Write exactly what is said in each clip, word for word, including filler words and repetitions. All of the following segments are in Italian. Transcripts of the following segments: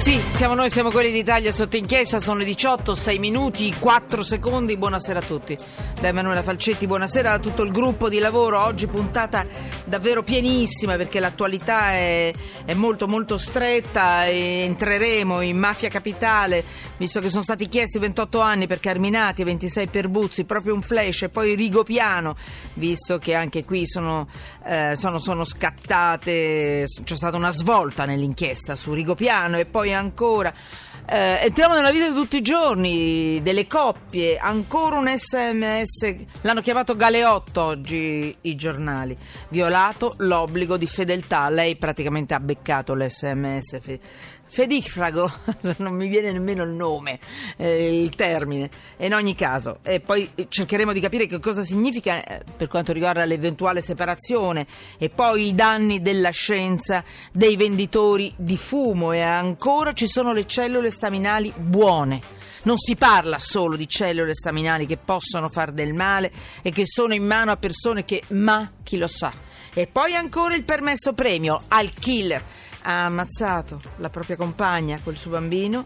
Sì, siamo noi, siamo quelli d'Italia sotto inchiesta, sono le diciotto, sei minuti, quattro secondi, buonasera a tutti. Da Emanuela Falcetti, buonasera a tutto il gruppo di lavoro, oggi puntata davvero pienissima perché l'attualità è, è molto molto stretta e entreremo in Mafia Capitale, visto che sono stati chiesti ventotto anni per Carminati e ventisei per Buzzi, proprio un flash, e poi Rigopiano, visto che anche qui sono, eh, sono, sono scattate, c'è stata una svolta nell'inchiesta su Rigopiano e poi ancora eh, entriamo nella vita di tutti i giorni delle coppie, ancora un sms, l'hanno chiamato Galeotto oggi i giornali, violato l'obbligo di fedeltà, lei praticamente ha beccato l'sms fe- fedifrago, non mi viene nemmeno il nome, eh, il termine, e in ogni caso e poi cercheremo di capire che cosa significa eh, per quanto riguarda l'eventuale separazione e poi i danni della scienza dei venditori di fumo, e ancora ci sono le cellule staminali buone. Non si parla solo di cellule staminali che possono far del male e che sono in mano a persone che, ma chi lo sa. E poi ancora il permesso premio al killer. Ha ammazzato la propria compagna col suo bambino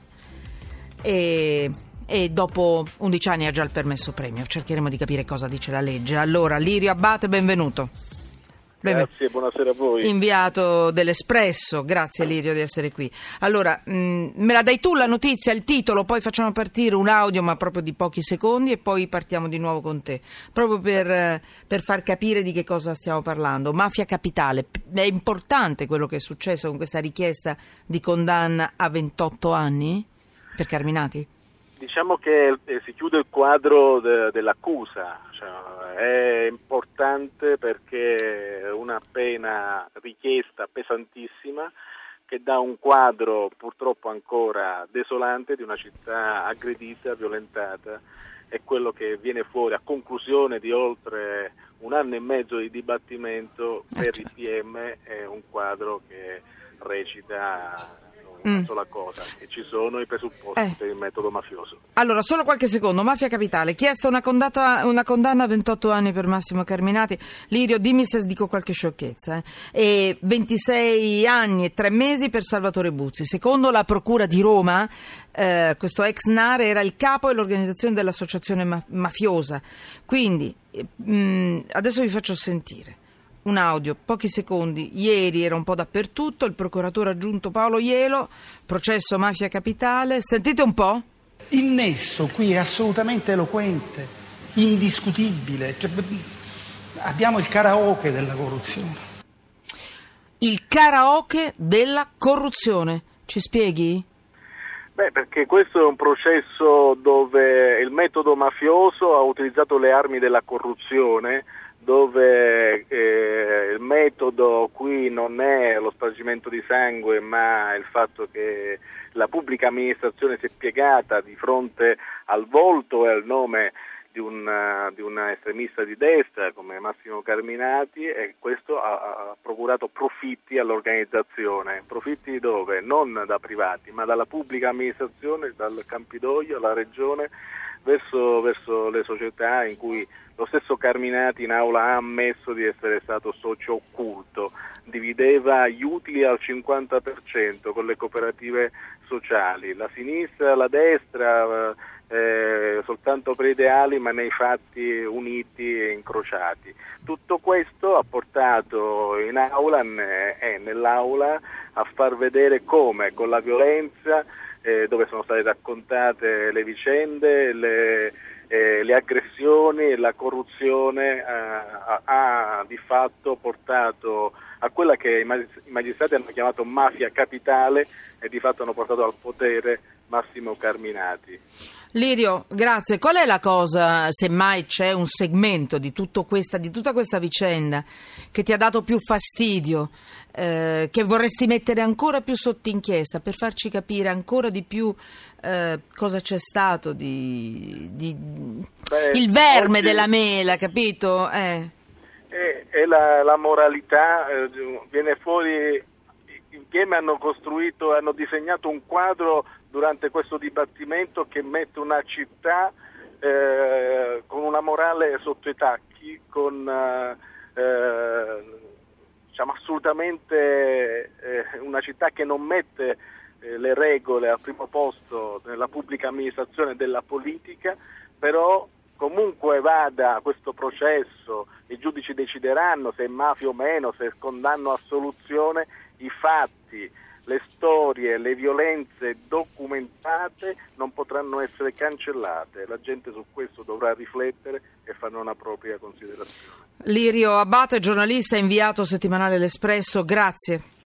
e, e dopo undici anni ha già il permesso premio. Cercheremo di capire cosa dice la legge. Allora, Lirio Abbate, benvenuto. Grazie, buonasera a voi. Inviato dell'Espresso, grazie Lirio di essere qui. Allora, mh, me la dai tu la notizia, il titolo, poi facciamo partire un audio ma proprio di pochi secondi e poi partiamo di nuovo con te, proprio per, eh, per far capire di che cosa stiamo parlando. Mafia Capitale, è importante quello che è successo con questa richiesta di condanna a ventotto anni per Carminati? Diciamo che eh, si chiude il quadro de- dell'accusa, cioè, è importante perché è una pena richiesta pesantissima che dà un quadro purtroppo ancora desolante di una città aggredita, violentata, e quello che viene fuori a conclusione di oltre un anno e mezzo di dibattimento per il P M è un quadro che recita una mm. sola cosa, che ci sono i presupposti eh. per il metodo mafioso. Allora, solo qualche secondo. Mafia Capitale, chiesta una, condata, una condanna a ventotto anni per Massimo Carminati. Lirio, dimmi se dico qualche sciocchezza. Eh. E ventisei anni e tre mesi per Salvatore Buzzi. Secondo la Procura di Roma, eh, questo ex Nare era il capo dell'organizzazione dell'associazione ma- mafiosa. Quindi, eh, mh, adesso vi faccio sentire un audio, pochi secondi. Ieri era un po' dappertutto, il procuratore aggiunto Paolo Ielo, processo Mafia Capitale. Sentite un po'. Il nesso qui è assolutamente eloquente, indiscutibile. Cioè, abbiamo il karaoke della corruzione. Il karaoke della corruzione. Ci spieghi? Beh, perché questo è un processo dove il metodo mafioso ha utilizzato le armi della corruzione, dove eh, il metodo qui non è lo spargimento di sangue, ma il fatto che la pubblica amministrazione si è piegata di fronte al volto e al nome di un, di un estremista di destra come Massimo Carminati, e questo ha, ha procurato profitti all'organizzazione. Profitti dove? Non da privati, ma dalla pubblica amministrazione, dal Campidoglio, alla regione, verso, verso le società in cui lo stesso Carminati in aula ha ammesso di essere stato socio occulto, divideva gli utili al cinquanta per cento con le cooperative sociali, la sinistra, la destra, eh, soltanto per ideali ma nei fatti uniti e incrociati. Tutto questo ha portato in aula e nell'aula a far vedere come con la violenza, eh, dove sono state raccontate le vicende, le Eh, le aggressioni e la corruzione eh, ha, ha di fatto portato a quella che i, mag- i magistrati hanno chiamato mafia capitale, e di fatto hanno portato al potere Massimo Carminati. Lirio, grazie. Qual è la cosa, se mai c'è un segmento di tutto questa, di tutta questa vicenda che ti ha dato più fastidio, eh, che vorresti mettere ancora più sotto inchiesta per farci capire ancora di più eh, cosa c'è stato di, di Beh, il verme oggi, della mela, capito? Eh. È, è la, la moralità, eh, viene fuori. Insieme hanno costruito, hanno disegnato un quadro durante questo dibattimento che mette una città eh, con una morale sotto i tacchi, con eh, diciamo assolutamente eh, una città che non mette eh, le regole regole al primo posto nella pubblica amministrazione e della politica, però comunque vada questo processo, i giudici decideranno se è mafia o meno, se condanno a assoluzione, i fatti, le storie, le violenze documentate non potranno essere cancellate. La gente su questo dovrà riflettere e fare una propria considerazione. Lirio Abbate, giornalista, inviato settimanale L'Espresso, grazie.